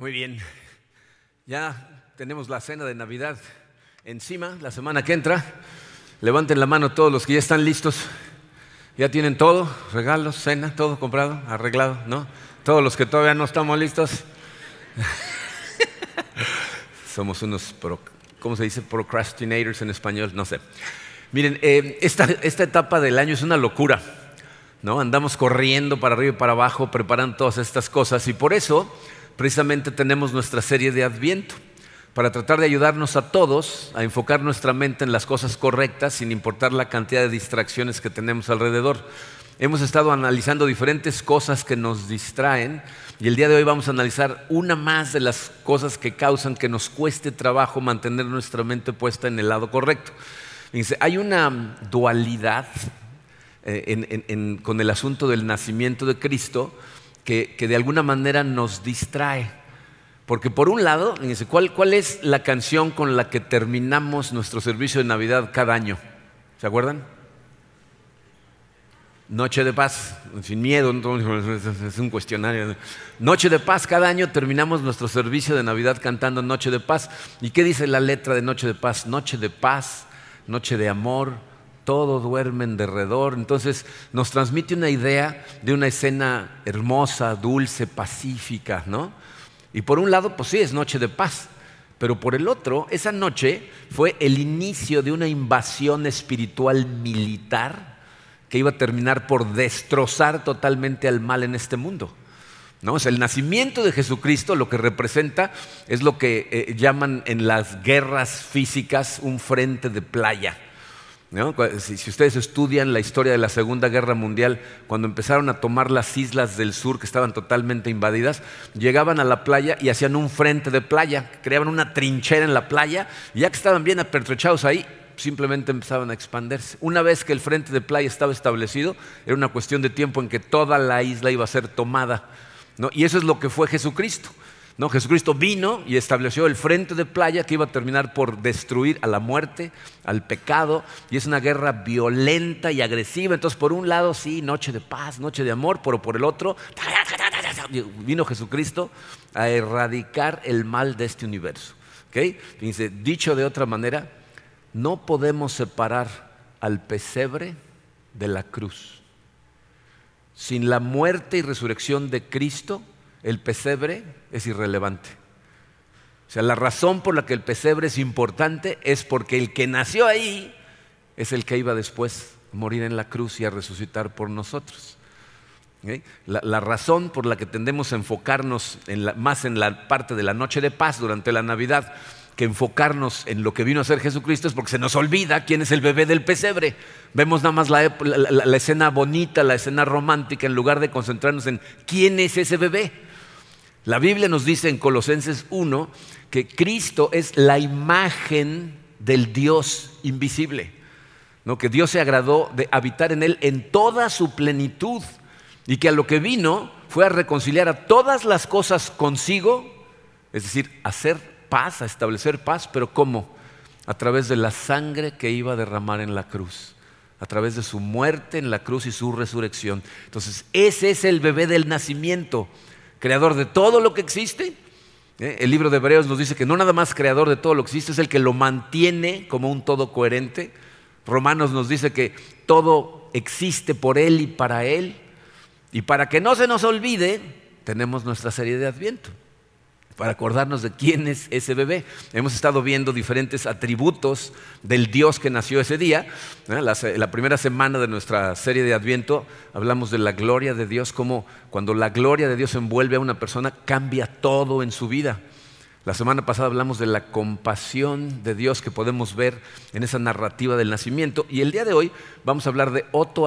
Muy bien, ya tenemos la cena de Navidad encima, la semana que entra. Levanten la mano todos los que ya están listos. ¿Ya tienen todo? ¿Regalos, cena, todo comprado, arreglado? ¿No? Todos los que todavía no estamos listos. Somos unos, ¿cómo se dice? Procrastinators en español, no sé. Miren, esta etapa del año es una locura, ¿no? Andamos corriendo para arriba y para abajo, preparando todas estas cosas, y por eso precisamente tenemos nuestra serie de Adviento, para tratar de ayudarnos a todos a enfocar nuestra mente en las cosas correctas, sin importar la cantidad de distracciones que tenemos alrededor. Hemos estado analizando diferentes cosas que nos distraen, y el día de hoy vamos a analizar una más de las cosas que causan que nos cueste trabajo mantener nuestra mente puesta en el lado correcto. Fíjense, hay una dualidad con el asunto del nacimiento de Cristo que de alguna manera nos distrae. Porque por un lado, fíjense, ¿cuál es la canción con la que terminamos nuestro servicio de Navidad cada año? ¿Se acuerdan? Noche de paz, sin miedo, es un cuestionario. Noche de paz, cada año terminamos nuestro servicio de Navidad cantando Noche de paz. ¿Y qué dice la letra de Noche de paz? Noche de paz, noche de amor, todo duerme en derredor. Entonces nos transmite una idea de una escena hermosa, dulce, pacífica, ¿no? Y por un lado, pues sí, es noche de paz, pero por el otro, esa noche fue el inicio de una invasión espiritual militar que iba a terminar por destrozar totalmente al mal en este mundo, ¿no? O sea, el nacimiento de Jesucristo lo que representa es lo que llaman en las guerras físicas un frente de playa, ¿no? Si ustedes estudian la historia de la Segunda Guerra Mundial, cuando empezaron a tomar las islas del sur que estaban totalmente invadidas, llegaban a la playa y hacían un frente de playa, creaban una trinchera en la playa, y ya que estaban bien apertrechados ahí, simplemente empezaban a expandirse. Una vez que el frente de playa estaba establecido, era una cuestión de tiempo en que toda la isla iba a ser tomada, ¿no? Y eso es lo que fue Jesucristo, ¿no? Jesucristo vino y estableció el frente de playa que iba a terminar por destruir a la muerte, al pecado, y es una guerra violenta y agresiva. Entonces, por un lado, sí, noche de paz, noche de amor, pero por el otro, vino Jesucristo a erradicar el mal de este universo, ¿okay? Fíjense, dicho de otra manera, no podemos separar al pesebre de la cruz. Sin la muerte y resurrección de Cristo, el pesebre es irrelevante. O sea, la razón por la que el pesebre es importante es porque el que nació ahí es el que iba después a morir en la cruz y a resucitar por nosotros. ¿Okay? La razón por la que tendemos a enfocarnos más en la parte de la noche de paz durante la Navidad que enfocarnos en lo que vino a hacer Jesucristo es porque se nos olvida quién es el bebé del pesebre. Vemos nada más la escena bonita, la escena romántica, en lugar de concentrarnos en quién es ese bebé. La Biblia nos dice en Colosenses 1 que Cristo es la imagen del Dios invisible, ¿no? Que Dios se agradó de habitar en Él en toda su plenitud, y que a lo que vino fue a reconciliar a todas las cosas consigo, es decir, a hacer paz, a establecer paz. ¿Pero cómo? A través de la sangre que iba a derramar en la cruz, a través de su muerte en la cruz y su resurrección. Entonces, ese es el bebé del nacimiento, creador de todo lo que existe. El libro de Hebreos nos dice que no nada más creador de todo lo que existe, es el que lo mantiene como un todo coherente. Romanos nos dice que todo existe por Él y para Él. Y para que no se nos olvide, tenemos nuestra serie de Adviento, para acordarnos de quién es ese bebé. Hemos estado viendo diferentes atributos del Dios que nació ese día. La primera semana de nuestra serie de Adviento hablamos de la gloria de Dios, como cuando la gloria de Dios envuelve a una persona, cambia todo en su vida. La semana pasada hablamos de la compasión de Dios que podemos ver en esa narrativa del nacimiento. Y el día de hoy vamos a hablar de otro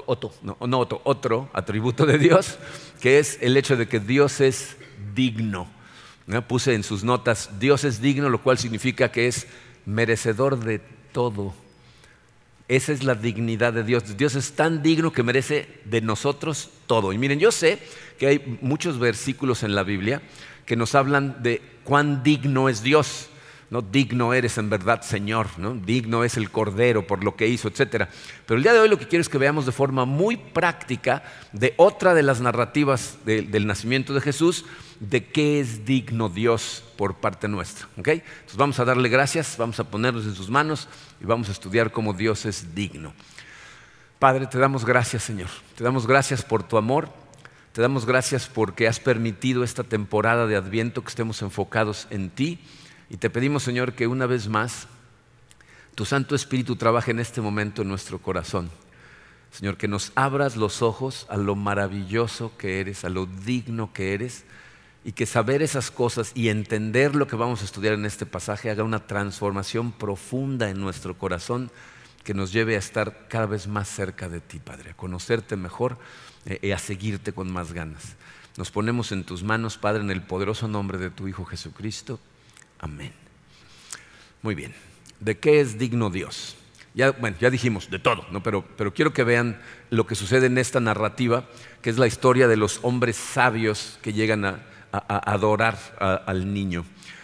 atributo de Dios, que es el hecho de que Dios es digno. Puse en sus notas, Dios es digno, lo cual significa que es merecedor de todo. Esa es la dignidad de Dios. Dios es tan digno que merece de nosotros todo. Y miren, yo sé que hay muchos versículos en la Biblia que nos hablan de cuán digno es Dios. ¿no? Digno eres en verdad, Señor, ¿no? Digno es el Cordero por lo que hizo, etc. Pero el día de hoy lo que quiero es que veamos de forma muy práctica de otra de las narrativas del nacimiento de Jesús, de qué es digno Dios por parte nuestra. ¿Okay? Entonces vamos a darle gracias, vamos a ponernos en sus manos y vamos a estudiar cómo Dios es digno. Padre, te damos gracias, Señor. Te damos gracias por tu amor. Te damos gracias porque has permitido esta temporada de Adviento que estemos enfocados en ti. Y te pedimos, Señor, que una vez más tu Santo Espíritu trabaje en este momento en nuestro corazón. Señor, que nos abras los ojos a lo maravilloso que eres, a lo digno que eres, y que saber esas cosas y entender lo que vamos a estudiar en este pasaje haga una transformación profunda en nuestro corazón que nos lleve a estar cada vez más cerca de ti, Padre, a conocerte mejor y a seguirte con más ganas. Nos ponemos en tus manos, Padre, en el poderoso nombre de tu Hijo Jesucristo. Amén. Muy bien. ¿De qué es digno Dios? Ya dijimos de todo, ¿no? Pero quiero que vean lo que sucede en esta narrativa, que es la historia de los hombres sabios que llegan a adorar al niño.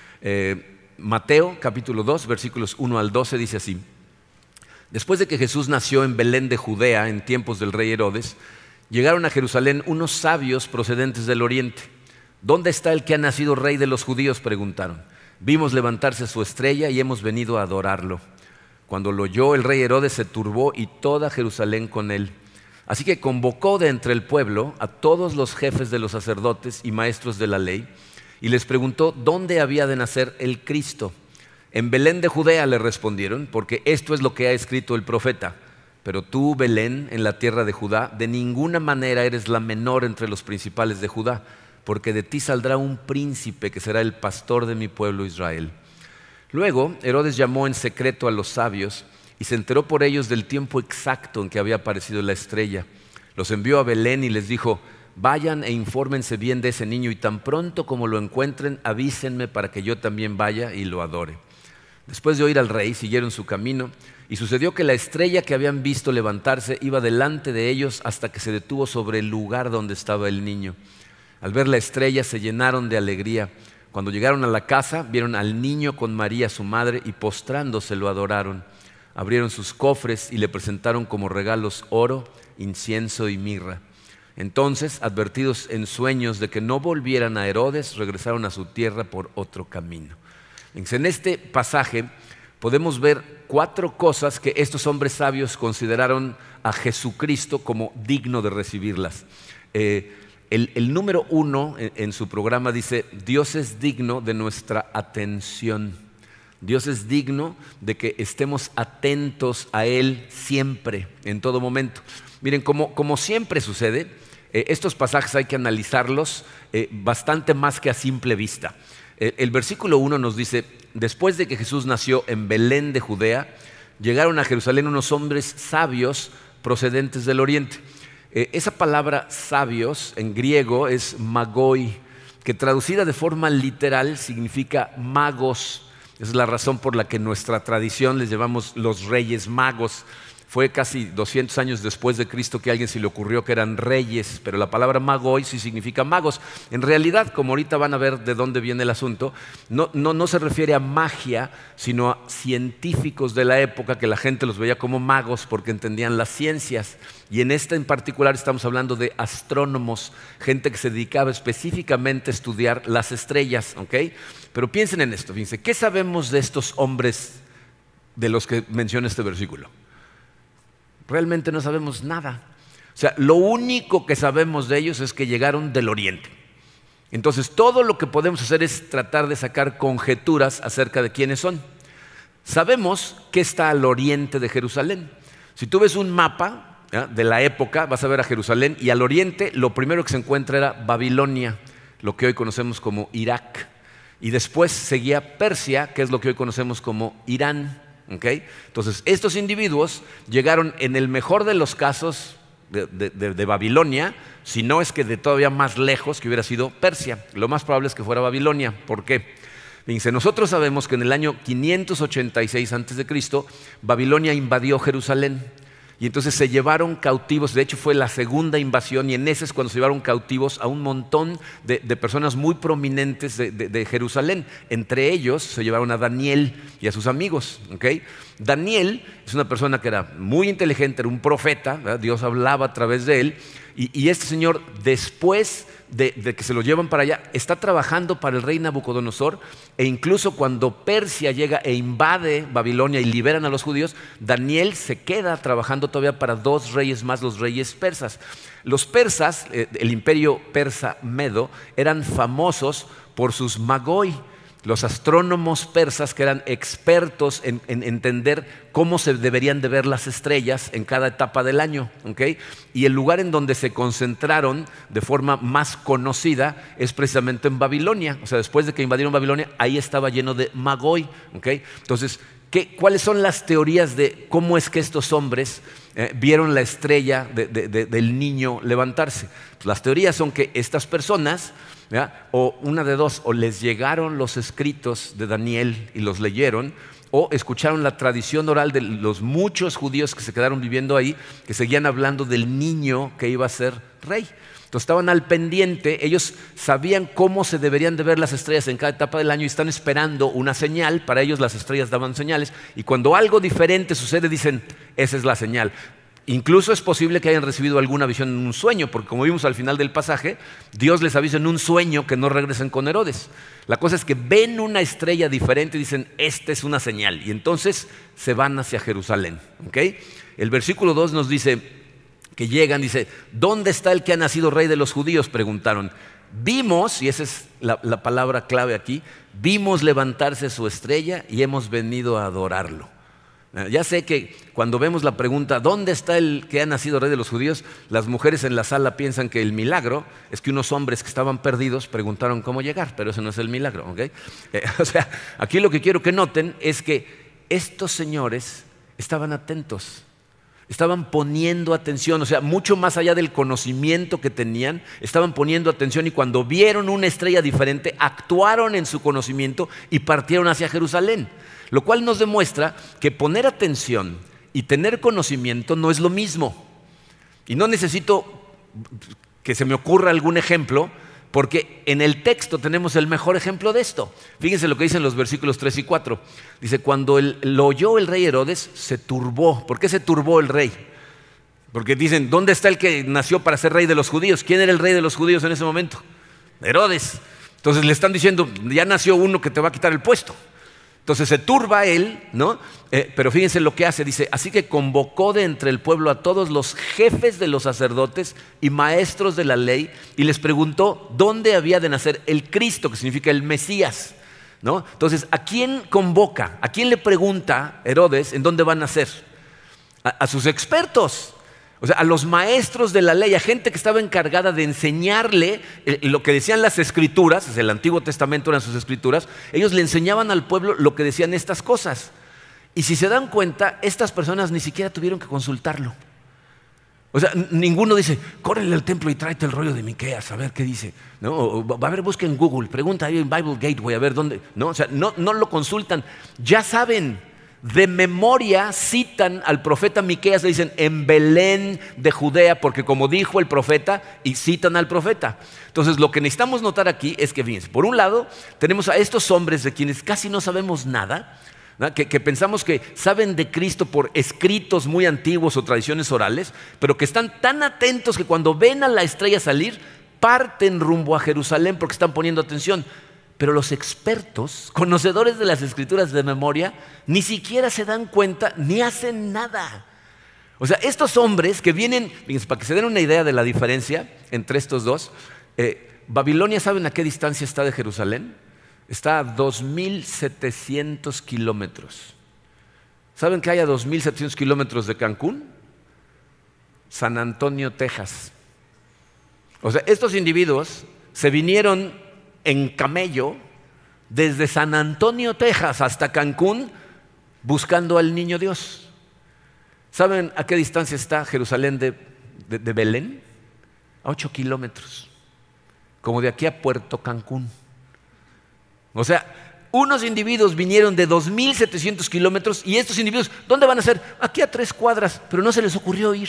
Mateo capítulo 2, versículos 1 al 12 dice así: Después de que Jesús nació en Belén de Judea en tiempos del rey Herodes, llegaron a Jerusalén unos sabios procedentes del oriente. ¿Dónde está el que ha nacido rey de los judíos?, preguntaron. Vimos levantarse su estrella y hemos venido a adorarlo. Cuando lo oyó el rey Herodes se turbó y toda Jerusalén con él. Así que convocó de entre el pueblo a todos los jefes de los sacerdotes y maestros de la ley y les preguntó dónde había de nacer el Cristo. En Belén de Judea, le respondieron, porque esto es lo que ha escrito el profeta. Pero tú, Belén, en la tierra de Judá, de ninguna manera eres la menor entre los principales de Judá, porque de ti saldrá un príncipe que será el pastor de mi pueblo Israel. Luego Herodes llamó en secreto a los sabios y se enteró por ellos del tiempo exacto en que había aparecido la estrella. Los envió a Belén y les dijo: vayan e infórmense bien de ese niño y tan pronto como lo encuentren avísenme para que yo también vaya y lo adore. Después de oír al rey siguieron su camino y sucedió que la estrella que habían visto levantarse iba delante de ellos hasta que se detuvo sobre el lugar donde estaba el niño. Al ver la estrella se llenaron de alegría. Cuando llegaron a la casa, vieron al niño con María su madre y postrándose lo adoraron. Abrieron sus cofres y le presentaron como regalos oro, incienso y mirra. Entonces, advertidos en sueños de que no volvieran a Herodes, regresaron a su tierra por otro camino. En este pasaje podemos ver 4 cosas que estos hombres sabios consideraron a Jesucristo como digno de recibirlas. El número 1 en su programa dice: Dios es digno de nuestra atención. Dios es digno de que estemos atentos a Él siempre, en todo momento. Miren, como siempre sucede, estos pasajes hay que analizarlos bastante más que a simple vista. El versículo 1 nos dice: después de que Jesús nació en Belén de Judea, llegaron a Jerusalén unos hombres sabios procedentes del oriente. Esa palabra sabios en griego es magoi, que traducida de forma literal significa magos. Esa es la razón por la que en nuestra tradición les llamamos los reyes magos. Fue casi 200 años después de Cristo que a alguien se le ocurrió que eran reyes, pero la palabra magoi sí significa magos. En realidad, como ahorita van a ver de dónde viene el asunto, no se refiere a magia, sino a científicos de la época que la gente los veía como magos porque entendían las ciencias. Y en esta en particular estamos hablando de astrónomos, gente que se dedicaba específicamente a estudiar las estrellas, ¿ok? Pero piensen en esto, fíjense, ¿qué sabemos de estos hombres de los que menciona este versículo? Realmente no sabemos nada. O sea, lo único que sabemos de ellos es que llegaron del oriente. Entonces, todo lo que podemos hacer es tratar de sacar conjeturas acerca de quiénes son. Sabemos que está al oriente de Jerusalén. Si tú ves un mapa de la época, vas a ver a Jerusalén y al oriente lo primero que se encuentra era Babilonia, lo que hoy conocemos como Irak. Y después seguía Persia, que es lo que hoy conocemos como Irán. ¿Okay? Entonces, estos individuos llegaron en el mejor de los casos de Babilonia, si no es que de todavía más lejos, que hubiera sido Persia. Lo más probable es que fuera Babilonia. ¿Por qué? Fíjense, nosotros sabemos que en el año 586 a.C. Babilonia invadió Jerusalén. y entonces se llevaron cautivos. De hecho fue la segunda invasión, y en ese es cuando se llevaron cautivos a un montón de personas muy prominentes de Jerusalén. Entre ellos se llevaron a Daniel y a sus amigos, ¿okay? Daniel es una persona que era muy inteligente, era un profeta, ¿verdad? Dios hablaba a través de él, y este señor, después de que se lo llevan para allá, está trabajando para el rey Nabucodonosor, e incluso cuando Persia llega e invade Babilonia y liberan a los judíos, Daniel se queda trabajando todavía para dos reyes más, los reyes persas. Los persas, el imperio persa medo, eran famosos por sus magoi, los astrónomos persas que eran expertos en entender cómo se deberían de ver las estrellas en cada etapa del año, ¿okay? Y el lugar en donde se concentraron de forma más conocida es precisamente en Babilonia. O sea, después de que invadieron Babilonia, ahí estaba lleno de magoi, ¿okay? Entonces, ¿cuáles son las teorías de cómo es que estos hombres vieron la estrella del niño levantarse? Pues las teorías son que estas personas, ¿ya? O una de dos, o les llegaron los escritos de Daniel y los leyeron, o escucharon la tradición oral de los muchos judíos que se quedaron viviendo ahí, que seguían hablando del niño que iba a ser rey. Entonces estaban al pendiente, ellos sabían cómo se deberían de ver las estrellas en cada etapa del año y están esperando una señal. Para ellos las estrellas daban señales, y cuando algo diferente sucede dicen, esa es la señal. Incluso es posible que hayan recibido alguna visión en un sueño, porque como vimos al final del pasaje, Dios les avisa en un sueño que no regresen con Herodes. La cosa es que ven una estrella diferente y dicen, esta es una señal, y entonces se van hacia Jerusalén, ¿okay? El versículo 2 nos dice que llegan, dice, ¿dónde está el que ha nacido rey de los judíos?, preguntaron. Vimos, y esa es la palabra clave aquí, vimos levantarse su estrella y hemos venido a adorarlo. Ya sé que cuando vemos la pregunta, ¿dónde está el que ha nacido rey de los judíos?, las mujeres en la sala piensan que el milagro es que unos hombres que estaban perdidos preguntaron cómo llegar, pero ese no es el milagro, ¿okay? O sea, aquí lo que quiero que noten es que estos señores estaban atentos, estaban poniendo atención, o sea, mucho más allá del conocimiento que tenían, estaban poniendo atención, y cuando vieron una estrella diferente, actuaron en su conocimiento y partieron hacia Jerusalén. Lo cual nos demuestra que poner atención y tener conocimiento no es lo mismo. Y no necesito que se me ocurra algún ejemplo, porque en el texto tenemos el mejor ejemplo de esto. Fíjense lo que dicen los versículos 3 y 4. Dice, cuando lo oyó el rey Herodes, se turbó. ¿Por qué se turbó el rey? Porque dicen, ¿dónde está el que nació para ser rey de los judíos? ¿Quién era el rey de los judíos en ese momento? Herodes. Entonces le están diciendo, ya nació uno que te va a quitar el puesto. Entonces se turba él, ¿no? Pero fíjense lo que hace, dice, así que convocó de entre el pueblo a todos los jefes de los sacerdotes y maestros de la ley, y les preguntó dónde había de nacer el Cristo, que significa el Mesías, ¿no? Entonces, ¿a quién convoca? ¿A quién le pregunta Herodes en dónde va a nacer? A sus expertos. O sea, a los maestros de la ley, a gente que estaba encargada de enseñarle lo que decían las escrituras, el Antiguo Testamento eran sus escrituras, ellos le enseñaban al pueblo lo que decían estas cosas. Y si se dan cuenta, estas personas ni siquiera tuvieron que consultarlo. O sea, ninguno dice, córrele al templo y tráete el rollo de Miqueas, a ver qué dice, ¿no? O, a ver, busca en Google, pregunta ahí en Bible Gateway, a ver dónde, ¿no? O sea, no lo consultan, ya saben. De memoria citan al profeta Miqueas, le dicen en Belén de Judea, porque como dijo el profeta, y citan al profeta. Entonces lo que necesitamos notar aquí es que, fíjense, por un lado tenemos a estos hombres de quienes casi no sabemos nada, ¿no? que pensamos que saben de Cristo por escritos muy antiguos o tradiciones orales, pero que están tan atentos que cuando ven a la estrella salir, parten rumbo a Jerusalén porque están poniendo atención. Pero los expertos, conocedores de las escrituras de memoria, ni siquiera se dan cuenta ni hacen nada. O sea, estos hombres que vienen, fíjense, para que se den una idea de la diferencia entre estos dos, Babilonia, ¿saben a qué distancia está de Jerusalén? Está a 2,700 kilómetros. ¿Saben que hay a 2,700 kilómetros de Cancún? San Antonio, Texas. O sea, estos individuos se vinieron en camello desde San Antonio, Texas hasta Cancún buscando al niño Dios. ¿Saben a qué distancia está Jerusalén de Belén? A 8 kilómetros, como de aquí a Puerto Cancún. O sea, Unos individuos vinieron de 2,700 kilómetros y estos individuos, ¿dónde van a ser? Aquí a 3 cuadras, pero no se les ocurrió ir.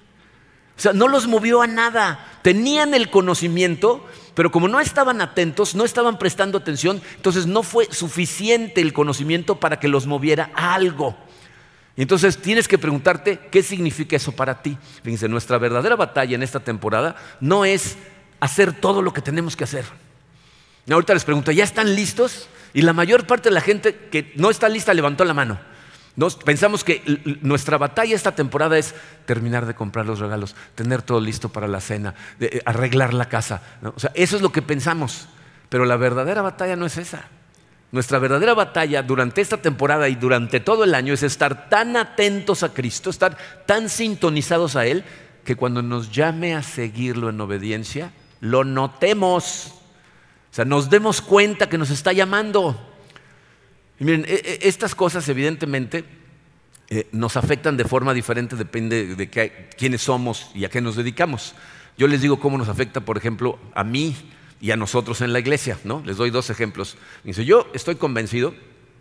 O sea, no los movió a nada. Tenían el conocimiento, pero como no estaban atentos, no estaban prestando atención, entonces no fue suficiente el conocimiento para que los moviera a algo. Y entonces tienes que preguntarte qué significa eso para ti. Fíjense, nuestra verdadera batalla en esta temporada no es hacer todo lo que tenemos que hacer. Y ahorita les pregunto, ¿ya están listos? Y la mayor parte de la gente que no está lista levantó la mano. Pensamos que nuestra batalla esta temporada es terminar de comprar los regalos, tener todo listo para la cena, arreglar la casa, ¿no? O sea, eso es lo que pensamos, pero la verdadera batalla no es esa. Nuestra verdadera batalla durante esta temporada y durante todo el año es estar tan atentos a Cristo, estar tan sintonizados a Él, que cuando nos llame a seguirlo en obediencia, lo notemos. O sea, nos demos cuenta que nos está llamando. Y miren, estas cosas evidentemente nos afectan de forma diferente, depende de quiénes somos y a qué nos dedicamos. Yo les digo cómo nos afecta, por ejemplo, a mí y a nosotros en la iglesia, ¿no? Les doy 2 ejemplos. Dice, yo estoy convencido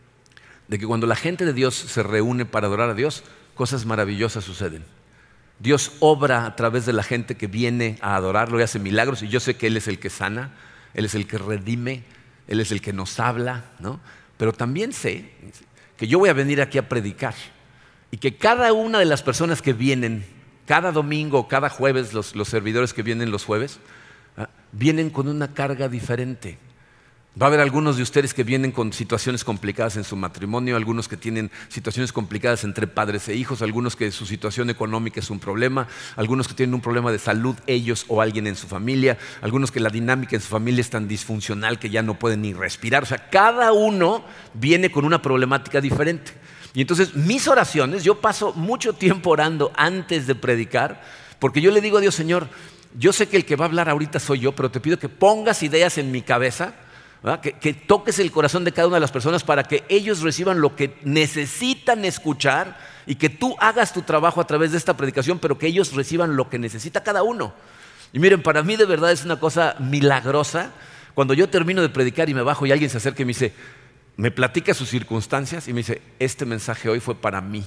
de que cuando la gente de Dios se reúne para adorar a Dios, cosas maravillosas suceden. Dios obra a través de la gente que viene a adorarlo y hace milagros, y yo sé que Él es el que sana, Él es el que redime, Él es el que nos habla, ¿no? Pero también sé que yo voy a venir aquí a predicar y que cada una de las personas que vienen, cada domingo, cada jueves, los servidores que vienen los jueves, vienen con una carga diferente. Va a haber algunos de ustedes que vienen con situaciones complicadas en su matrimonio, algunos que tienen situaciones complicadas entre padres e hijos, algunos que su situación económica es un problema, algunos que tienen un problema de salud ellos o alguien en su familia, algunos que la dinámica en su familia es tan disfuncional que ya no pueden ni respirar. O sea, cada uno viene con una problemática diferente. Y entonces mis oraciones, yo paso mucho tiempo orando antes de predicar, porque yo le digo a Dios, Señor, yo sé que el que va a hablar ahorita soy yo, pero te pido que pongas ideas en mi cabeza, que toques el corazón de cada una de las personas para que ellos reciban lo que necesitan escuchar y que tú hagas tu trabajo a través de esta predicación, pero que ellos reciban lo que necesita cada uno. Y miren, para mí de verdad es una cosa milagrosa cuando yo termino de predicar y me bajo y alguien se acerca y me dice, me platica sus circunstancias y me dice, este mensaje hoy fue para mí.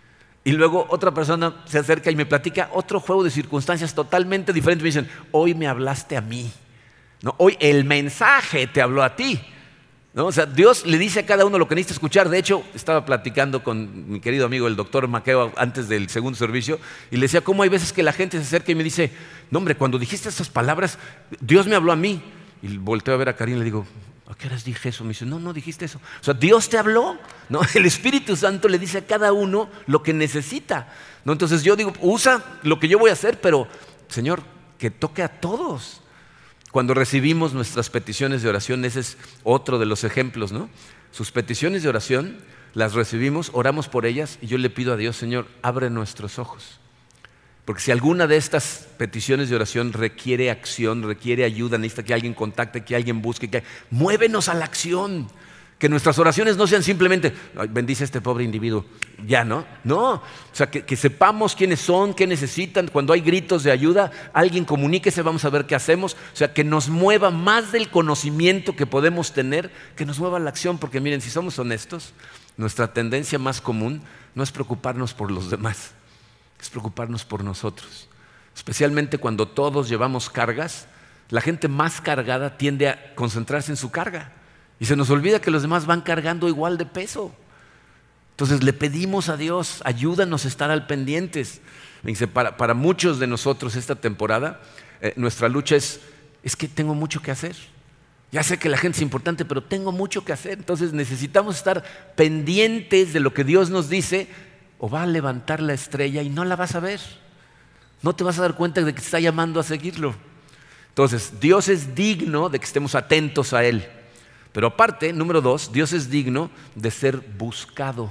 Y luego otra persona se acerca y me platica otro juego de circunstancias totalmente diferentes. Me dicen, hoy me hablaste a mí, ¿no? Hoy el mensaje te habló a ti, ¿no? O sea, Dios le dice a cada uno lo que necesita escuchar. De hecho, estaba platicando con mi querido amigo el doctor Maqueo antes del segundo servicio y le decía cómo hay veces que la gente se acerca y me dice, no hombre, cuando dijiste esas palabras, Dios me habló a mí. Y volteo a ver a Karim y le digo, ¿a qué horas dije eso? Me dice, no dijiste eso. O sea, Dios te habló, ¿no? El Espíritu Santo le dice a cada uno lo que necesita, ¿no? Entonces yo digo, usa lo que yo voy a hacer, pero Señor, que toque a todos. Cuando recibimos nuestras peticiones de oración, ese es otro de los ejemplos, ¿no? Sus peticiones de oración las recibimos, oramos por ellas y yo le pido a Dios, Señor, abre nuestros ojos. Porque si alguna de estas peticiones de oración requiere acción, requiere ayuda, necesita que alguien contacte, que alguien busque, muévenos a la acción. Que nuestras oraciones no sean simplemente, bendice a este pobre individuo, ya, ¿no? No, o sea, que sepamos quiénes son, qué necesitan. Cuando hay gritos de ayuda, alguien comuníquese, vamos a ver qué hacemos. O sea, que nos mueva más del conocimiento que podemos tener, que nos mueva la acción. Porque miren, si somos honestos, nuestra tendencia más común no es preocuparnos por los demás, es preocuparnos por nosotros. Especialmente cuando todos llevamos cargas, la gente más cargada tiende a concentrarse en su carga. Y se nos olvida que los demás van cargando igual de peso. Entonces le pedimos a Dios, ayúdanos a estar al pendientes. Dice, para muchos de nosotros esta temporada, nuestra lucha es que tengo mucho que hacer. Ya sé que la gente es importante, pero tengo mucho que hacer. Entonces necesitamos estar pendientes de lo que Dios nos dice, o va a levantar la estrella y no la vas a ver. No te vas a dar cuenta de que te está llamando a seguirlo. Entonces, Dios es digno de que estemos atentos a Él. Pero aparte, número 2, Dios es digno de ser buscado.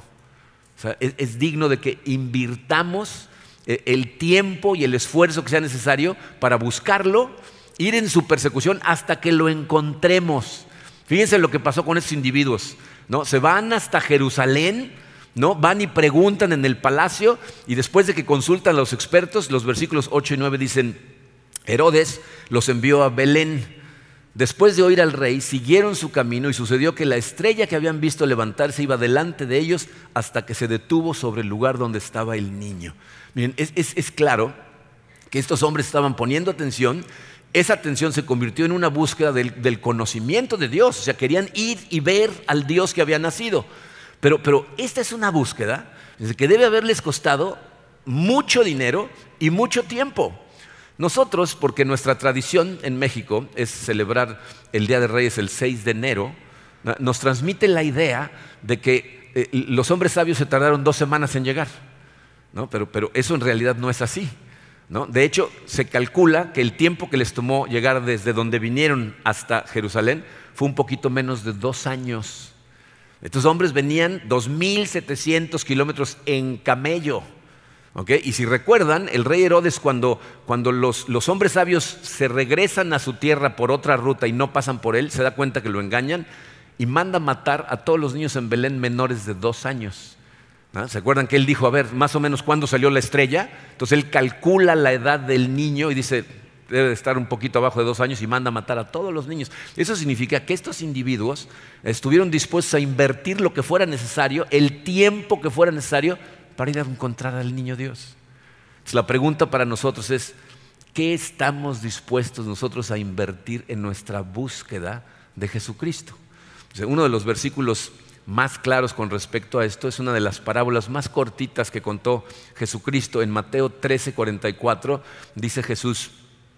O sea, es digno de que invirtamos el tiempo y el esfuerzo que sea necesario para buscarlo, ir en su persecución hasta que lo encontremos. Fíjense lo que pasó con estos individuos, ¿no? Se van hasta Jerusalén, ¿no? Van y preguntan en el palacio y después de que consultan a los expertos, los versículos 8 y 9 dicen, Herodes los envió a Belén. Después de oír al rey, siguieron su camino y sucedió que la estrella que habían visto levantarse iba delante de ellos hasta que se detuvo sobre el lugar donde estaba el niño. Miren, es claro que estos hombres estaban poniendo atención. Esa atención se convirtió en una búsqueda del conocimiento de Dios. O sea, querían ir y ver al Dios que había nacido. Pero esta es una búsqueda que debe haberles costado mucho dinero y mucho tiempo. Nosotros, porque nuestra tradición en México es celebrar el Día de Reyes el 6 de enero, nos transmite la idea de que los hombres sabios se tardaron 2 semanas en llegar, ¿no? Pero eso en realidad no es así, ¿no? De hecho, se calcula que el tiempo que les tomó llegar desde donde vinieron hasta Jerusalén fue un poquito menos de 2 años. Estos hombres venían 2,700 kilómetros en camello. ¿Okay? Y si recuerdan, el rey Herodes cuando los hombres sabios se regresan a su tierra por otra ruta y no pasan por él, se da cuenta que lo engañan y manda matar a todos los niños en Belén menores de 2 años. ¿No? ¿Se acuerdan que él dijo, a ver, más o menos cuándo salió la estrella? Entonces él calcula la edad del niño y dice, debe de estar un poquito abajo de 2 años y manda a matar a todos los niños. Eso significa que estos individuos estuvieron dispuestos a invertir lo que fuera necesario, el tiempo que fuera necesario, para ir a encontrar al niño Dios. Entonces, la pregunta para nosotros es, ¿qué estamos dispuestos nosotros a invertir en nuestra búsqueda de Jesucristo? O sea, uno de los versículos más claros con respecto a esto es una de las parábolas más cortitas que contó Jesucristo. En Mateo 13:44 dice Jesús,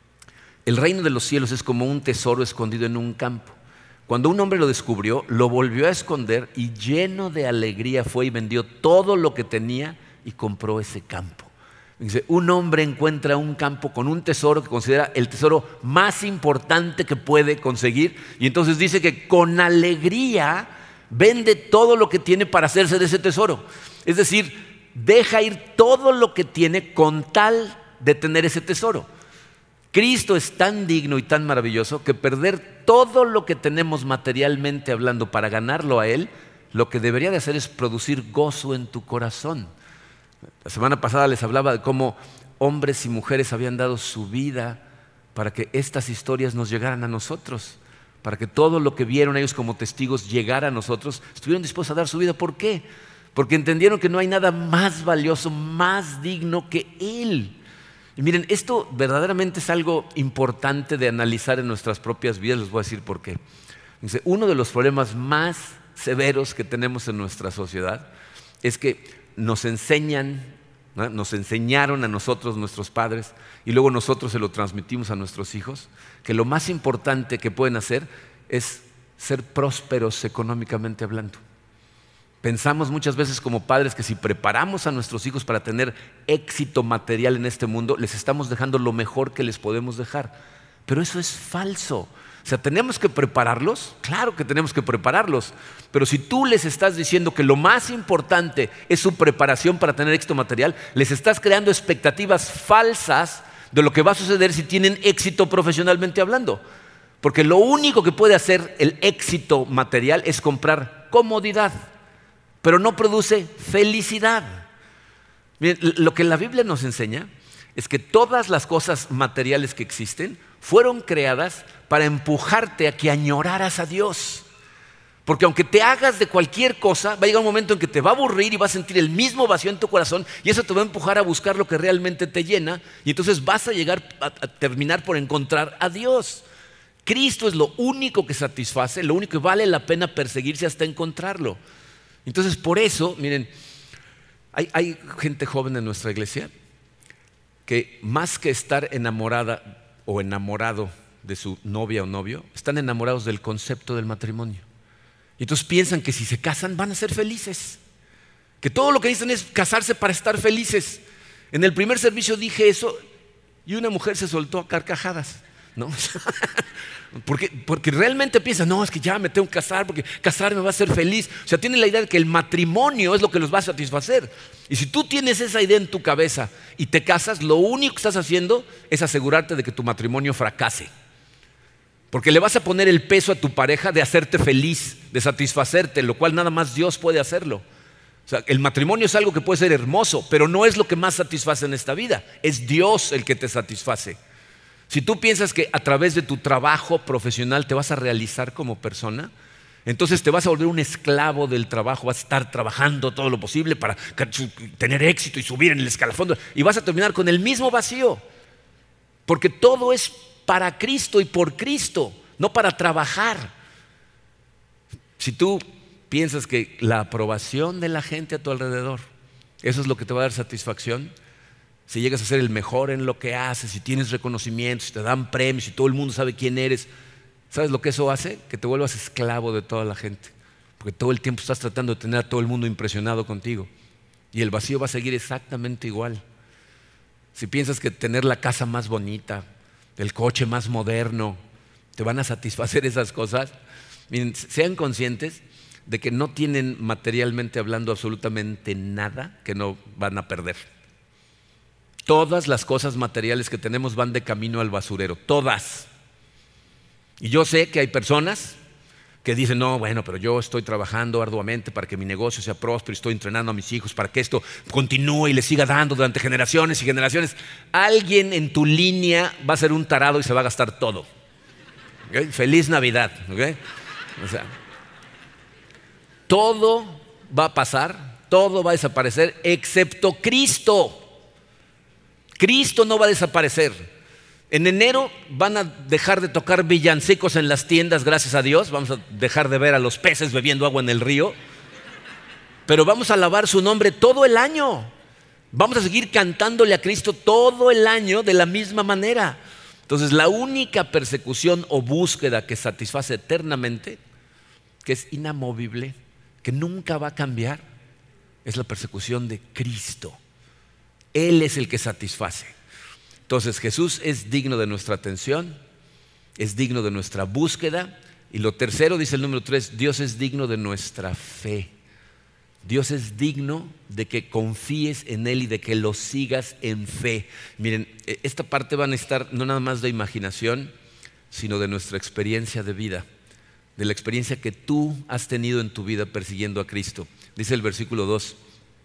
el reino de los cielos es como un tesoro escondido en un campo. Cuando un hombre lo descubrió, lo volvió a esconder y lleno de alegría fue y vendió todo lo que tenía y compró ese campo. Dice, un hombre encuentra un campo con un tesoro que considera el tesoro más importante que puede conseguir y entonces dice que con alegría vende todo lo que tiene para hacerse de ese tesoro. Es decir, deja ir todo lo que tiene con tal de tener ese tesoro. Cristo es tan digno y tan maravilloso que perder todo lo que tenemos materialmente hablando para ganarlo a Él, lo que debería de hacer es producir gozo en tu corazón. La semana pasada les hablaba de cómo hombres y mujeres habían dado su vida para que estas historias nos llegaran a nosotros, para que todo lo que vieron ellos como testigos llegara a nosotros, estuvieron dispuestos a dar su vida. ¿Por qué? Porque entendieron que no hay nada más valioso, más digno que Él. Y miren, esto verdaderamente es algo importante de analizar en nuestras propias vidas. Les voy a decir por qué. Dice, uno de los problemas más severos que tenemos en nuestra sociedad es que nos enseñan, ¿no? Nos enseñaron a nosotros, nuestros padres, y luego nosotros se lo transmitimos a nuestros hijos, que lo más importante que pueden hacer es ser prósperos económicamente hablando. Pensamos muchas veces como padres que si preparamos a nuestros hijos para tener éxito material en este mundo, les estamos dejando lo mejor que les podemos dejar. Pero eso es falso. O sea, ¿tenemos que prepararlos? Claro que tenemos que prepararlos. Pero si tú les estás diciendo que lo más importante es su preparación para tener éxito material, les estás creando expectativas falsas de lo que va a suceder si tienen éxito profesionalmente hablando. Porque lo único que puede hacer el éxito material es comprar comodidad, pero no produce felicidad. Miren, lo que la Biblia nos enseña es que todas las cosas materiales que existen fueron creadas para empujarte a que añoraras a Dios. Porque aunque te hagas de cualquier cosa, va a llegar un momento en que te va a aburrir y vas a sentir el mismo vacío en tu corazón y eso te va a empujar a buscar lo que realmente te llena y entonces vas a llegar a terminar por encontrar a Dios. Cristo es lo único que satisface, lo único que vale la pena perseguirse hasta encontrarlo. Entonces, por eso, miren, hay gente joven en nuestra iglesia que más que estar enamorada o enamorado de su novia o novio, están enamorados del concepto del matrimonio. Y entonces piensan que si se casan van a ser felices, que todo lo que necesitan es casarse para estar felices. En el primer servicio dije eso y una mujer se soltó a carcajadas, ¿no? Porque realmente piensa, no, es que ya me tengo que casar porque casarme va a hacer feliz. O sea, tienen la idea de que el matrimonio es lo que los va a satisfacer. Y si tú tienes esa idea en tu cabeza y te casas, lo único que estás haciendo es asegurarte de que tu matrimonio fracase. Porque le vas a poner el peso a tu pareja de hacerte feliz, de satisfacerte, lo cual nada más Dios puede hacerlo. O sea, el matrimonio es algo que puede ser hermoso, pero no es lo que más satisface en esta vida. Es Dios el que te satisface. O Si tú piensas que a través de tu trabajo profesional te vas a realizar como persona, entonces te vas a volver un esclavo del trabajo, vas a estar trabajando todo lo posible para tener éxito y subir en el escalafón y vas a terminar con el mismo vacío. Porque todo es para Cristo y por Cristo, no para trabajar. Si tú piensas que la aprobación de la gente a tu alrededor, eso es lo que te va a dar satisfacción, si llegas a ser el mejor en lo que haces, si tienes reconocimientos, si te dan premios, si todo el mundo sabe quién eres, ¿sabes lo que eso hace? Que te vuelvas esclavo de toda la gente, porque todo el tiempo estás tratando de tener a todo el mundo impresionado contigo y el vacío va a seguir exactamente igual. Si piensas que tener la casa más bonita, el coche más moderno, te van a satisfacer esas cosas, miren, sean conscientes de que no tienen materialmente hablando absolutamente nada que no van a perder. Todas las cosas materiales que tenemos van de camino al basurero, todas. Y yo sé que hay personas que dicen, no, bueno, pero yo estoy trabajando arduamente para que mi negocio sea próspero, estoy entrenando a mis hijos para que esto continúe y les siga dando durante generaciones y generaciones. Alguien en tu línea va a ser un tarado y se va a gastar todo. ¿Okay? Feliz Navidad. ¿Okay? O sea, todo va a pasar, todo va a desaparecer, excepto Cristo. Cristo no va a desaparecer. En enero van a dejar de tocar villancicos en las tiendas, gracias a Dios. Vamos a dejar de ver a los peces bebiendo agua en el río. Pero vamos a alabar su nombre todo el año. Vamos a seguir cantándole a Cristo todo el año de la misma manera. Entonces, la única persecución o búsqueda que satisface eternamente, que es inamovible, que nunca va a cambiar, es la persecución de Cristo. Él es el que satisface. Entonces Jesús es digno de nuestra atención, es digno de nuestra búsqueda. Y lo tercero, dice el número 3, Dios es digno de nuestra fe. Dios es digno de que confíes en Él y de que lo sigas en fe. Miren, esta parte va a necesitar no nada más de imaginación, sino de nuestra experiencia de vida, de la experiencia que tú has tenido en tu vida persiguiendo a Cristo. Dice el versículo 2,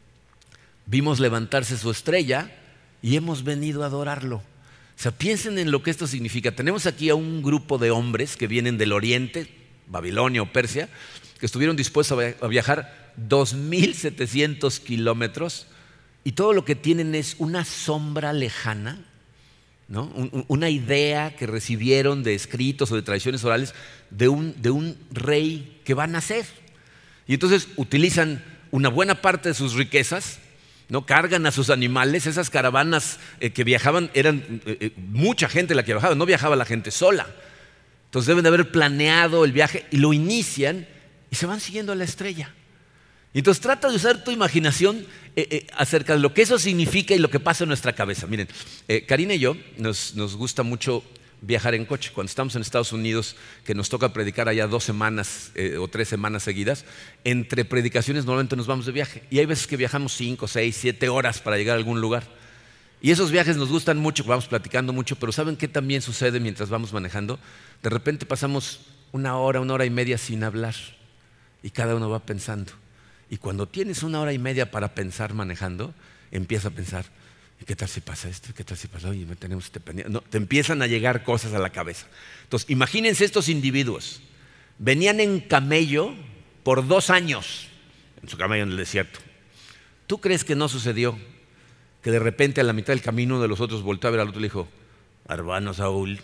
vimos levantarse su estrella y hemos venido a adorarlo. O sea, piensen en lo que esto significa. Tenemos aquí a un grupo de hombres que vienen del oriente, Babilonia o Persia, que estuvieron dispuestos a viajar 2,700 kilómetros y todo lo que tienen es una sombra lejana, ¿no? Una idea que recibieron de escritos o de tradiciones orales de un rey que va a nacer. Y entonces utilizan una buena parte de sus riquezas, ¿no? Cargan a sus animales. Esas caravanas que viajaban eran mucha gente la que viajaba, no viajaba la gente sola. Entonces deben de haber planeado el viaje y lo inician y se van siguiendo a la estrella. Y entonces trata de usar tu imaginación acerca de lo que eso significa y lo que pasa en nuestra cabeza. Miren, Karina y yo nos gusta mucho viajar en coche. Cuando estamos en Estados Unidos, que nos toca predicar allá 2 semanas o 3 semanas seguidas, entre predicaciones normalmente nos vamos de viaje. Y hay veces que viajamos 5, 6, 7 horas para llegar a algún lugar. Y esos viajes nos gustan mucho, vamos platicando mucho, pero ¿saben qué también sucede mientras vamos manejando? De repente pasamos 1 hora, 1 hora y media sin hablar y cada uno va pensando. Y cuando tienes 1 hora y media para pensar manejando, empiezas a pensar, ¿y qué tal si pasa esto? ¿Qué tal si pasa? Oye, tenemos este pendiente. No, te empiezan a llegar cosas a la cabeza. Entonces, imagínense estos individuos. Venían en camello por 2 años, en su camello en el desierto. ¿Tú crees que no sucedió? Que de repente a la mitad del camino uno de los otros volteó a ver al otro y le dijo, hermano Saúl,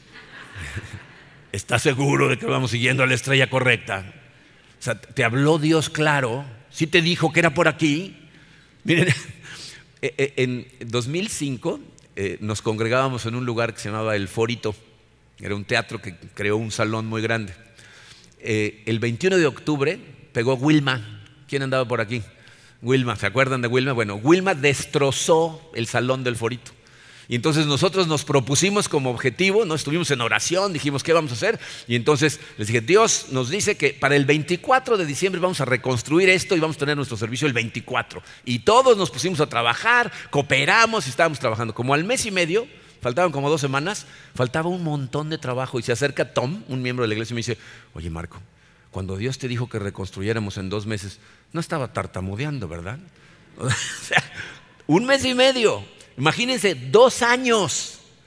¿estás seguro de que vamos siguiendo a la estrella correcta? O sea, te habló Dios claro, sí te dijo que era por aquí. Miren, en 2005 nos congregábamos en un lugar que se llamaba El Forito. Era un teatro que creó un salón muy grande. El 21 de octubre pegó Wilma. ¿Quién andaba por aquí? Wilma, ¿se acuerdan de Wilma? Bueno, Wilma destrozó el salón del Forito. Y entonces nosotros nos propusimos como objetivo, ¿no? Estuvimos en oración, dijimos, ¿qué vamos a hacer? Y entonces les dije, Dios nos dice que para el 24 de diciembre vamos a reconstruir esto y vamos a tener nuestro servicio el 24. Y todos nos pusimos a trabajar, cooperamos y estábamos trabajando. Como al mes y medio, faltaban como 2 semanas, faltaba un montón de trabajo. Y se acerca Tom, un miembro de la iglesia, y me dice, oye Marco, cuando Dios te dijo que reconstruyéramos en 2 meses, no estaba tartamudeando, ¿verdad? O sea, 1 mes y medio. Imagínense, 2 años.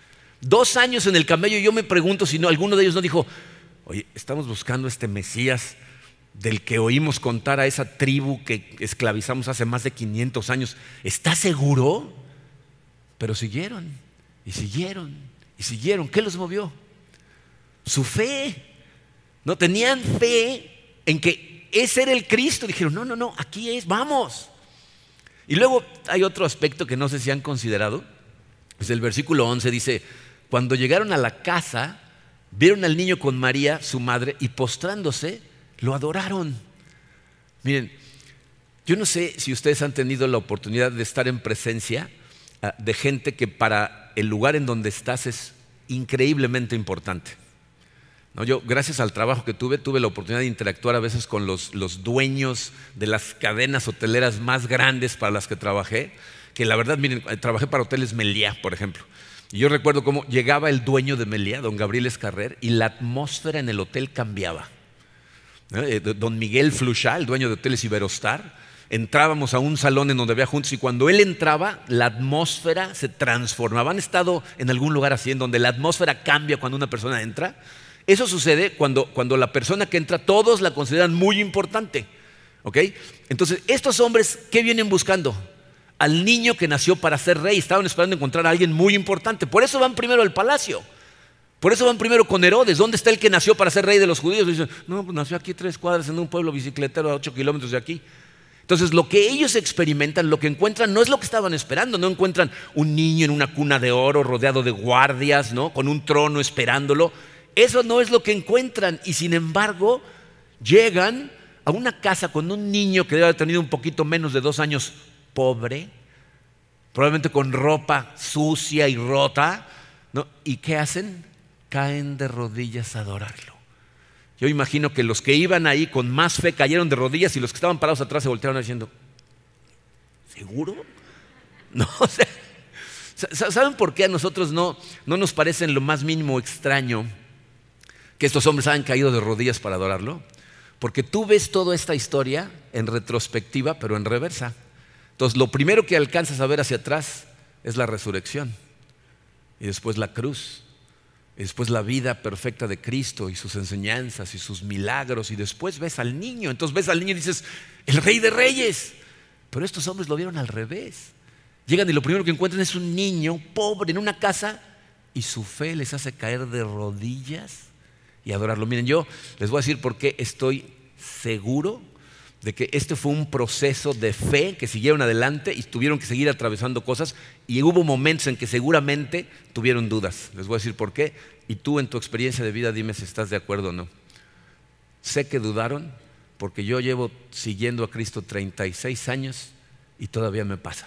2 años en el camello, y yo me pregunto si no, alguno de ellos no dijo: oye, estamos buscando este Mesías del que oímos contar a esa tribu que esclavizamos hace más de 500 años. ¿Está seguro? Pero siguieron, y siguieron, y siguieron. ¿Qué los movió? Su fe. No tenían fe en que ese era el Cristo. Dijeron: no, no, no, aquí es, vamos. Y luego hay otro aspecto que no sé si han considerado. Pues el versículo 11 dice: cuando llegaron a la casa, vieron al niño con María, su madre, y postrándose, lo adoraron. Miren, yo no sé si ustedes han tenido la oportunidad de estar en presencia de gente que para el lugar en donde estás es increíblemente importante. No, yo, gracias al trabajo que tuve la oportunidad de interactuar a veces con los dueños de las cadenas hoteleras más grandes para las que trabajé, que la verdad, miren, trabajé para hoteles Meliá, por ejemplo. Y yo recuerdo cómo llegaba el dueño de Meliá, don Gabriel Escarrer, y la atmósfera en el hotel cambiaba. Don Miguel Fluchá, el dueño de Hoteles Iberostar, entrábamos a un salón en donde había juntos, y cuando él entraba, la atmósfera se transformaba. ¿Han estado en algún lugar así, en donde la atmósfera cambia cuando una persona entra? Eso sucede cuando la persona que entra, todos la consideran muy importante. ¿Ok? Entonces, estos hombres, ¿qué vienen buscando? Al niño que nació para ser rey. Estaban esperando encontrar a alguien muy importante. Por eso van primero al palacio. Por eso van primero con Herodes. ¿Dónde está el que nació para ser rey de los judíos? Dicen: no, pues nació aquí 3 cuadras en un pueblo bicicletero a 8 kilómetros de aquí. Entonces, lo que ellos experimentan, lo que encuentran, no es lo que estaban esperando. No encuentran un niño en una cuna de oro rodeado de guardias, ¿no?, con un trono esperándolo. Eso no es lo que encuentran. Y sin embargo, llegan a una casa con un niño que debe haber tenido un poquito menos de 2 años, pobre, probablemente con ropa sucia y rota, ¿no? ¿Y qué hacen? Caen de rodillas a adorarlo. Yo imagino que los que iban ahí con más fe cayeron de rodillas, y los que estaban parados atrás se voltearon diciendo: ¿seguro? No, o sea, ¿saben por qué a nosotros no nos parece en lo más mínimo extraño que estos hombres hayan caído de rodillas para adorarlo? Porque tú ves toda esta historia en retrospectiva, pero en reversa. Entonces, lo primero que alcanzas a ver hacia atrás es la resurrección, y después la cruz, y después la vida perfecta de Cristo y sus enseñanzas y sus milagros, y después ves al niño. Entonces ves al niño y dices: el Rey de Reyes. Pero estos hombres lo vieron al revés. Llegan y lo primero que encuentran es un niño pobre en una casa, y su fe les hace caer de rodillas y adorarlo. Miren, yo les voy a decir por qué estoy seguro de que este fue un proceso de fe que siguieron adelante y tuvieron que seguir atravesando cosas, y hubo momentos en que seguramente tuvieron dudas. Les voy a decir por qué, y tú en tu experiencia de vida dime si estás de acuerdo o no. Sé que dudaron porque yo llevo siguiendo a Cristo 36 años y todavía me pasa.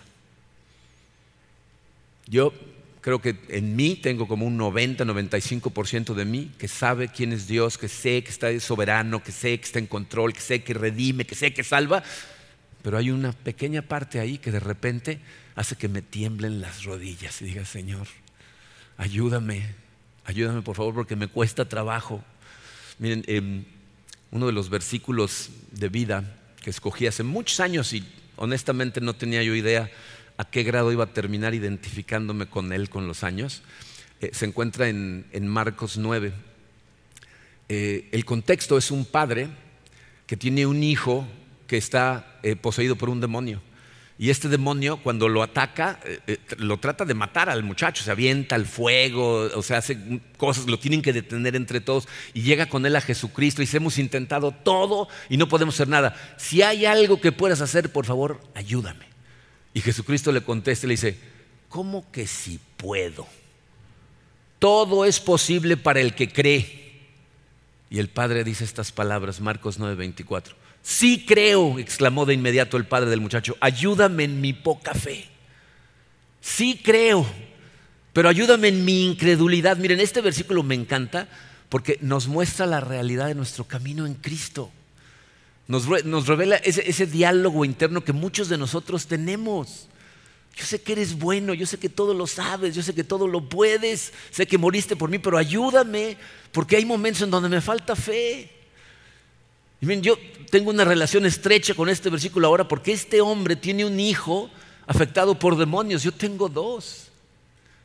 Yo creo que en mí tengo como un 90-95% de mí que sabe quién es Dios, que sé que está soberano, que sé que está en control, que sé que redime, que sé que salva. Pero hay una pequeña parte ahí que de repente hace que me tiemblen las rodillas y diga: Señor, ayúdame por favor, porque me cuesta trabajo. Miren, uno de los versículos de vida que escogí hace muchos años, y honestamente no tenía yo idea a qué grado iba a terminar identificándome con él con los años, se encuentra en Marcos 9. El contexto es un padre que tiene un hijo que está poseído por un demonio. Y este demonio, cuando lo ataca, lo trata de matar al muchacho, se avienta al fuego, o sea, hace cosas, lo tienen que detener entre todos. Y llega con él a Jesucristo y dice: hemos intentado todo y no podemos hacer nada. Si hay algo que puedas hacer, por favor, ayúdame. Y Jesucristo le contesta y le dice: ¿cómo que si puedo? Todo es posible para el que cree. Y el padre dice estas palabras, Marcos 9:24. Sí creo, exclamó de inmediato el padre del muchacho, ayúdame en mi poca fe. Sí creo, pero ayúdame en mi incredulidad. Miren, este versículo me encanta porque nos muestra la realidad de nuestro camino en Cristo. Nos revela ese diálogo interno que muchos de nosotros tenemos. Yo sé que eres bueno, yo sé que todo lo sabes, yo sé que todo lo puedes, sé que moriste por mí, pero ayúdame, porque hay momentos en donde me falta fe. Y miren, yo tengo una relación estrecha con este versículo ahora porque este hombre tiene un hijo afectado por demonios. Yo tengo 2.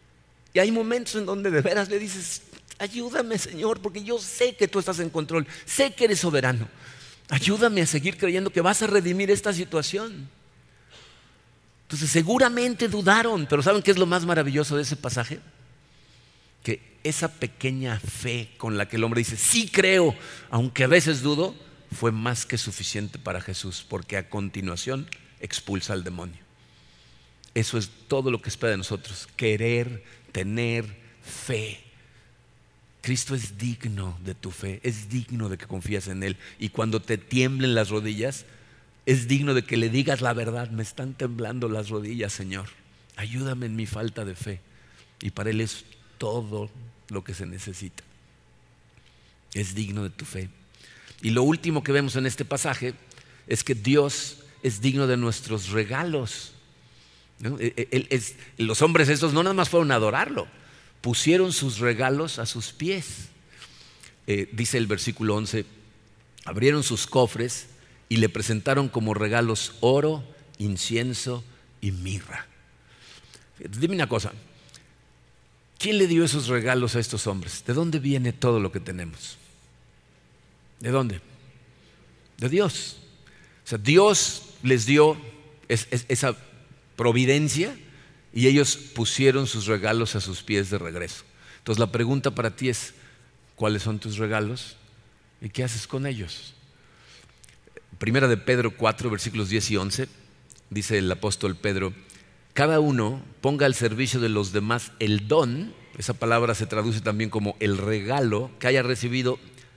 Y hay momentos en donde de veras le dices, ayúdame, Señor, porque yo sé que tú estás en control, sé que eres soberano. Ayúdame a seguir creyendo que vas a redimir esta situación. Entonces seguramente dudaron, pero ¿saben qué es lo más maravilloso de ese pasaje? Que esa pequeña fe con la que el hombre dice, sí creo, aunque a veces dudo, fue más que suficiente para Jesús, porque a continuación expulsa al demonio. Eso es todo lo que espera de nosotros, querer tener fe. Cristo es digno de tu fe, es digno de que confíes en Él. Y cuando te tiemblen las rodillas, es digno de que le digas la verdad. Me están temblando las rodillas, Señor. Ayúdame en mi falta de fe. Y para Él es todo lo que se necesita. Es digno de tu fe. Y lo último que vemos en este pasaje es que Dios es digno de nuestros regalos, ¿no? Los hombres estos no nada más fueron a adorarlo, pusieron sus regalos a sus pies. Dice el versículo 11, abrieron sus cofres y le presentaron como regalos oro, incienso y mirra. Dime una cosa, ¿quién le dio esos regalos a estos hombres? ¿De dónde viene todo lo que tenemos? ¿De dónde? De Dios. O sea, Dios les dio esa providencia y ellos pusieron sus regalos a sus pies de regreso. Entonces la pregunta para ti es, ¿cuáles son tus regalos? ¿Y qué haces con ellos? Primera de Pedro 4, versículos 10 y 11, dice el apóstol Pedro, cada uno ponga al servicio de los demás el don, esa palabra se traduce también como el regalo que haya recibido,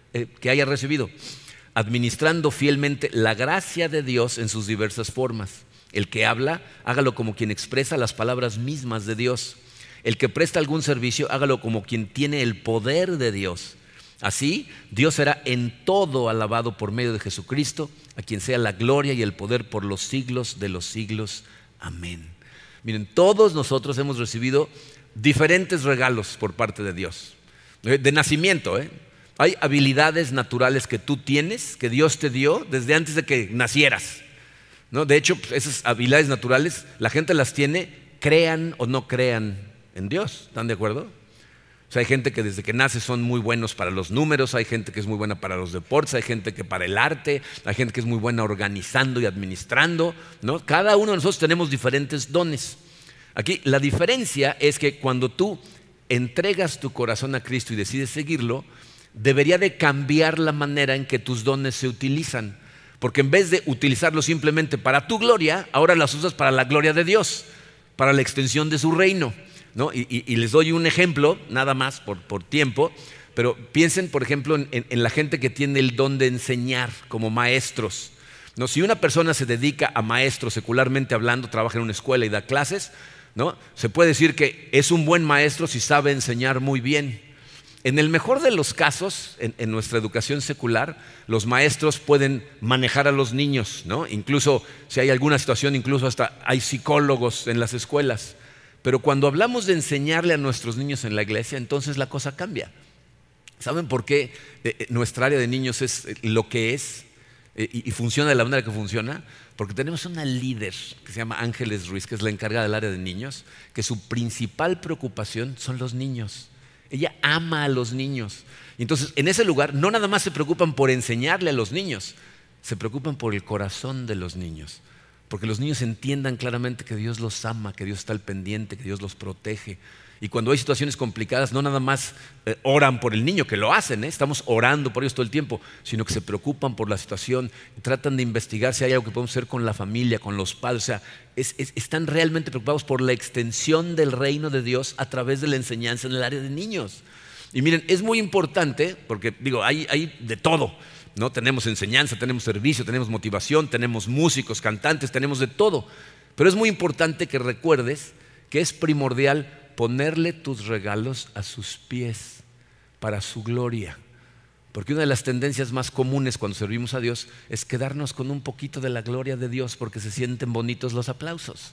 administrando fielmente la gracia de Dios en sus diversas formas. El que habla, hágalo como quien expresa las palabras mismas de Dios. El que presta algún servicio, hágalo como quien tiene el poder de Dios. Así, Dios será en todo alabado por medio de Jesucristo, a quien sea la gloria y el poder por los siglos de los siglos. Amén. Miren, todos nosotros hemos recibido diferentes regalos por parte de Dios. De nacimiento, hay habilidades naturales que tú tienes, que Dios te dio desde antes de que nacieras, ¿no? De hecho, esas habilidades naturales la gente las tiene, crean o no crean en Dios. ¿Están de acuerdo? O sea, hay gente que desde que nace son muy buenos para los números, hay gente que es muy buena para los deportes, hay gente que para el arte, hay gente que es muy buena organizando y administrando, ¿no? Cada uno de nosotros tenemos diferentes dones. Aquí la diferencia es que cuando tú entregas tu corazón a Cristo y decides seguirlo, debería de cambiar la manera en que tus dones se utilizan, porque en vez de utilizarlos simplemente para tu gloria, ahora las usas para la gloria de Dios, para la extensión de su reino, ¿no? Y les doy un ejemplo, nada más por tiempo, pero piensen por ejemplo en la gente que tiene el don de enseñar como maestros, ¿no? Si una persona se dedica a maestro secularmente hablando, trabaja en una escuela y da clases, ¿no? Se puede decir que es un buen maestro si sabe enseñar muy bien. En el mejor de los casos, en nuestra educación secular, los maestros pueden manejar a los niños, ¿no? Incluso si hay alguna situación, incluso hasta hay psicólogos en las escuelas. Pero cuando hablamos de enseñarle a nuestros niños en la iglesia, entonces la cosa cambia. ¿Saben por qué nuestra área de niños es lo que es y funciona de la manera que funciona? Porque tenemos una líder que se llama Ángeles Ruiz, que es la encargada del área de niños, que su principal preocupación son los niños. Ella ama a los niños. Entonces, en ese lugar no nada más se preocupan por enseñarle a los niños, se preocupan por el corazón de los niños. Porque los niños entiendan claramente que Dios los ama, que Dios está al pendiente, que Dios los protege. Y cuando hay situaciones complicadas, no nada más oran por el niño, que lo hacen, estamos orando por ellos todo el tiempo, sino que se preocupan por la situación, y tratan de investigar si hay algo que podemos hacer con la familia, con los padres. O sea, están realmente preocupados por la extensión del reino de Dios a través de la enseñanza en el área de niños. Y miren, es muy importante, porque digo, hay de todo, ¿no? Tenemos enseñanza, tenemos servicio, tenemos motivación, tenemos músicos, cantantes, tenemos de todo. Pero es muy importante que recuerdes que es primordial ponerle tus regalos a sus pies para su gloria. Porque una de las tendencias más comunes cuando servimos a Dios es quedarnos con un poquito de la gloria de Dios porque se sienten bonitos los aplausos.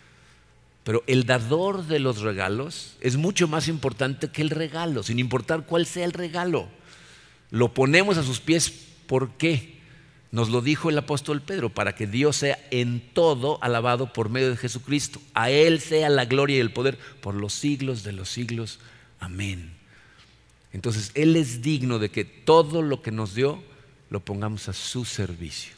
Pero el dador de los regalos es mucho más importante que el regalo, sin importar cuál sea el regalo. Lo ponemos a sus pies, ¿por qué? Nos lo dijo el apóstol Pedro, para que Dios sea en todo alabado por medio de Jesucristo. A Él sea la gloria y el poder por los siglos de los siglos. Amén. Entonces, Él es digno de que todo lo que nos dio lo pongamos a su servicio.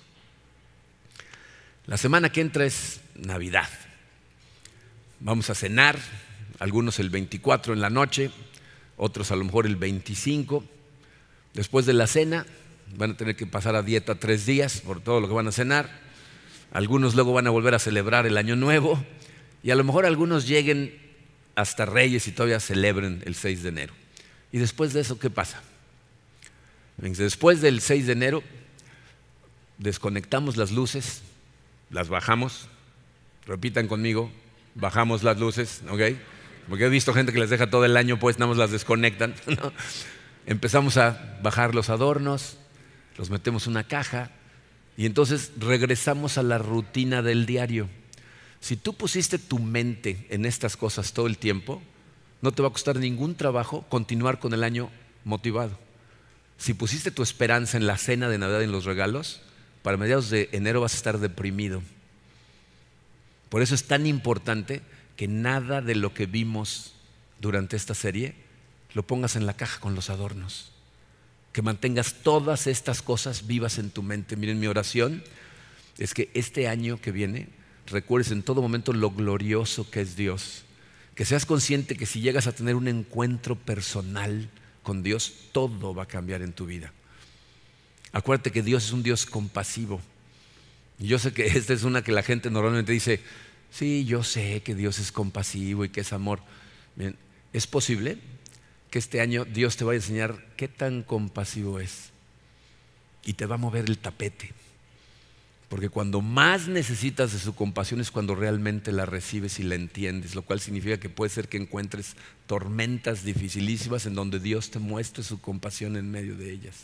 La semana que entra es Navidad. Vamos a cenar, algunos el 24 en la noche, otros a lo mejor el 25. Después de la cena van a tener que pasar a dieta 3 días por todo lo que van a cenar. Algunos luego van a volver a celebrar el Año Nuevo y a lo mejor algunos lleguen hasta Reyes y todavía celebren el 6 de enero. ¿Y después de eso qué pasa? Después del 6 de enero desconectamos las luces, las bajamos, repitan conmigo, bajamos las luces, ¿ok? Porque he visto gente que les deja todo el año, pues nada más las desconectan, ¿no? Empezamos a bajar los adornos, los metemos en una caja y entonces regresamos a la rutina del diario. Si tú pusiste tu mente en estas cosas todo el tiempo, no te va a costar ningún trabajo continuar con el año motivado. Si pusiste tu esperanza en la cena de Navidad y en los regalos, para mediados de enero vas a estar deprimido. Por eso es tan importante que nada de lo que vimos durante esta serie lo pongas en la caja con los adornos. Que mantengas todas estas cosas vivas en tu mente. Miren, mi oración es que este año que viene recuerdes en todo momento lo glorioso que es Dios. Que seas consciente que si llegas a tener un encuentro personal con Dios, todo va a cambiar en tu vida. Acuérdate que Dios es un Dios compasivo. Y yo sé que esta es una que la gente normalmente dice, sí, yo sé que Dios es compasivo y que es amor. Bien, es posible que este año Dios te vaya a enseñar qué tan compasivo es y te va a mover el tapete. Porque cuando más necesitas de su compasión es cuando realmente la recibes y la entiendes, lo cual significa que puede ser que encuentres tormentas dificilísimas en donde Dios te muestre su compasión en medio de ellas.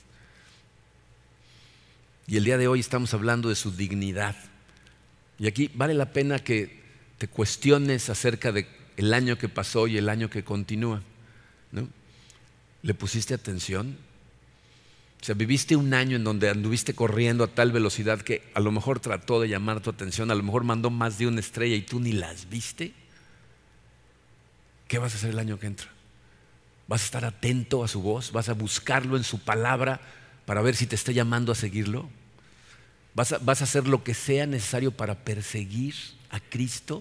Y el día de hoy estamos hablando de su dignidad. Y aquí vale la pena que te cuestiones acerca del año que pasó y el año que continúa, ¿no? ¿Le pusiste atención? O sea, viviste un año en donde anduviste corriendo a tal velocidad que a lo mejor trató de llamar tu atención, a lo mejor mandó más de una estrella y tú ni las viste. ¿Qué vas a hacer el año que entra? ¿Vas a estar atento a su voz? ¿Vas a buscarlo en su palabra para ver si te está llamando a seguirlo? ¿Vas a hacer lo que sea necesario para perseguir a Cristo?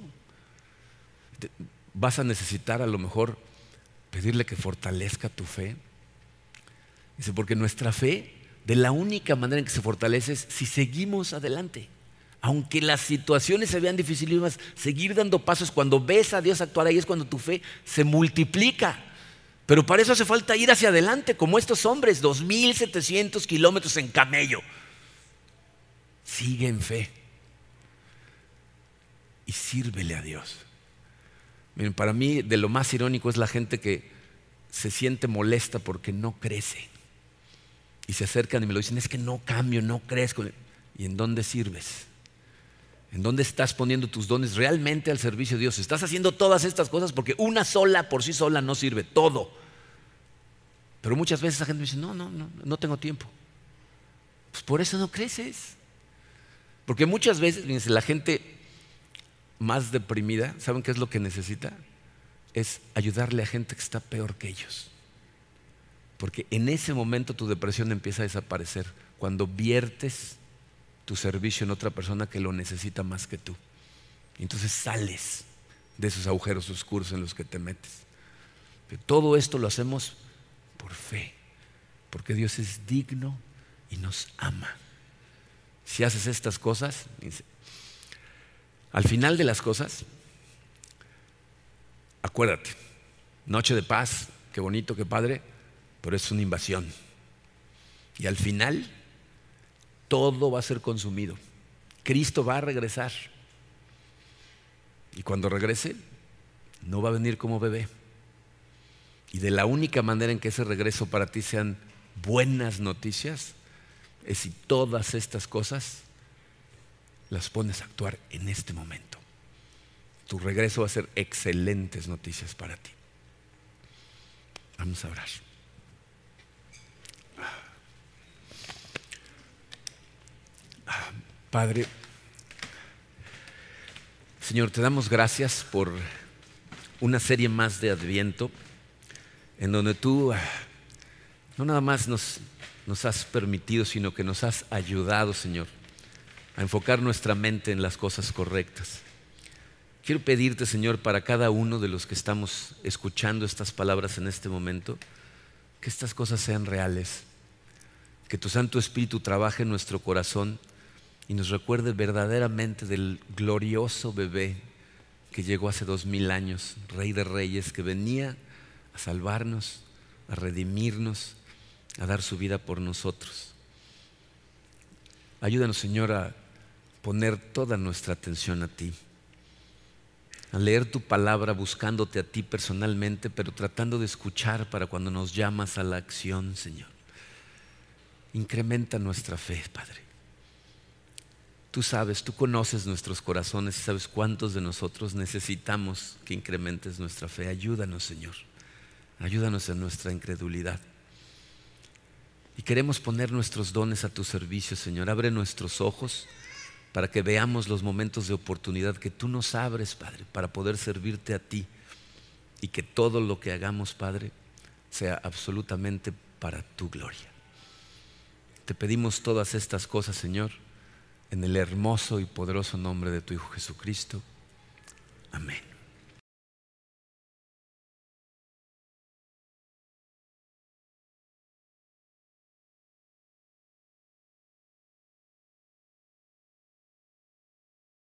¿Vas a necesitar a lo mejor pedirle que fortalezca tu fe? Dice, porque nuestra fe, de la única manera en que se fortalece es si seguimos adelante. Aunque las situaciones se vean dificilísimas, seguir dando pasos. Cuando ves a Dios actuar, ahí es cuando tu fe se multiplica. Pero para eso hace falta ir hacia adelante, como estos hombres, 2,700 kilómetros en camello. Sigue en fe y sírvele a Dios. Miren, para mí de lo más irónico es la gente que se siente molesta porque no crece. Y se acercan y me lo dicen, es que no cambio, no crezco. ¿Y en dónde sirves? ¿En dónde estás poniendo tus dones realmente al servicio de Dios? Estás haciendo todas estas cosas porque una sola por sí sola no sirve, todo. Pero muchas veces la gente me dice, no tengo tiempo. Pues por eso no creces. Porque muchas veces, fíjense, la gente más deprimida, ¿saben qué es lo que necesita? Es ayudarle a gente que está peor que ellos. Porque en ese momento tu depresión empieza a desaparecer, cuando viertes tu servicio en otra persona que lo necesita más que tú. Entonces sales de esos agujeros oscuros en los que te metes. Pero todo esto lo hacemos por fe, porque Dios es digno y nos ama. Si haces estas cosas, al final de las cosas, acuérdate, noche de paz, qué bonito, qué padre, pero es una invasión. Y al final, todo va a ser consumido. Cristo va a regresar. Y cuando regrese, no va a venir como bebé. Y de la única manera en que ese regreso para ti sean buenas noticias, es si todas estas cosas las pones a actuar en este momento. Tu regreso va a ser excelentes noticias para ti. Vamos a orar. Padre, Señor, te damos gracias por una serie más de Adviento, en donde tú no nada más nos has permitido, sino que nos has ayudado, Señor, a enfocar nuestra mente en las cosas correctas. Quiero pedirte, Señor, para cada uno de los que estamos escuchando estas palabras en este momento, que estas cosas sean reales, que tu Santo Espíritu trabaje en nuestro corazón y nos recuerde verdaderamente del glorioso bebé que llegó hace 2000 años, Rey de Reyes, que venía a salvarnos, a redimirnos, a dar su vida por nosotros. Ayúdanos, Señor, a poner toda nuestra atención a ti, a leer tu palabra buscándote a ti personalmente, pero tratando de escuchar para cuando nos llamas a la acción, Señor. Incrementa nuestra fe, Padre. Tú sabes, tú conoces nuestros corazones y sabes cuántos de nosotros necesitamos que incrementes nuestra fe. Ayúdanos, Señor. Ayúdanos en nuestra incredulidad. Y queremos poner nuestros dones a tu servicio, Señor. Abre nuestros ojos para que veamos los momentos de oportunidad que tú nos abres, Padre, para poder servirte a ti. Y que todo lo que hagamos, Padre, sea absolutamente para tu gloria. Te pedimos todas estas cosas, Señor, en el hermoso y poderoso nombre de tu Hijo Jesucristo. Amén.